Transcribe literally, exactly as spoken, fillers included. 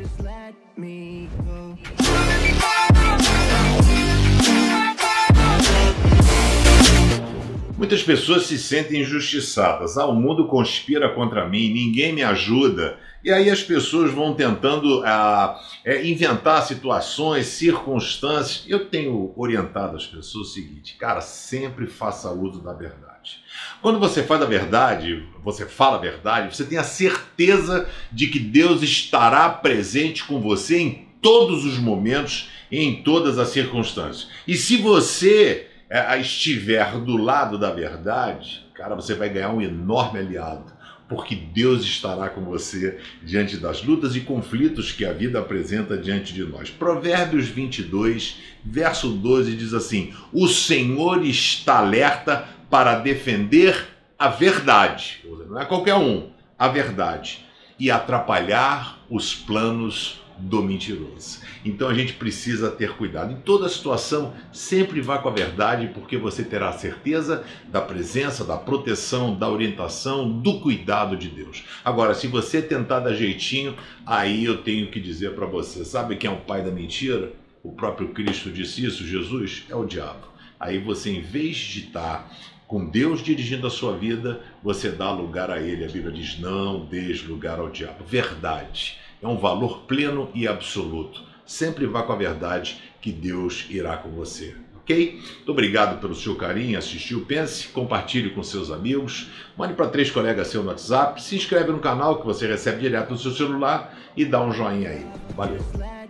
Muitas pessoas se sentem injustiçadas. Ah, o mundo conspira contra mim, ninguém me ajuda. E aí as pessoas vão tentando ah, é, inventar situações, circunstâncias. Eu tenho orientado as pessoas o seguinte: cara, sempre faça uso da verdade. Quando você faz a verdade, você fala a verdade, você tem a certeza de que Deus estará presente com você em todos os momentos e em todas as circunstâncias. E se você é, estiver do lado da verdade, cara, você vai ganhar um enorme aliado, porque Deus estará com você diante das lutas e conflitos que a vida apresenta diante de nós. Provérbios vinte e dois, verso doze diz assim: o Senhor está alerta para defender a verdade, não é qualquer um, a verdade, e atrapalhar os planos do mentiroso. Então a gente precisa ter cuidado. Em toda situação, sempre vá com a verdade, porque você terá a certeza da presença, da proteção, da orientação, do cuidado de Deus. Agora, se você tentar dar jeitinho, aí eu tenho que dizer para você, sabe quem é o pai da mentira? O próprio Cristo disse isso, Jesus, é o diabo. Aí você, em vez de estar com Deus dirigindo a sua vida, você dá lugar a ele. A Bíblia diz: não deixe lugar ao diabo. Verdade é um valor pleno e absoluto. Sempre vá com a verdade, que Deus irá com você. Ok? Muito obrigado pelo seu carinho, assistiu, pense, compartilhe com seus amigos, mande para três colegas seu no WhatsApp, se inscreve no canal que você recebe direto no seu celular e dá um joinha aí. Valeu!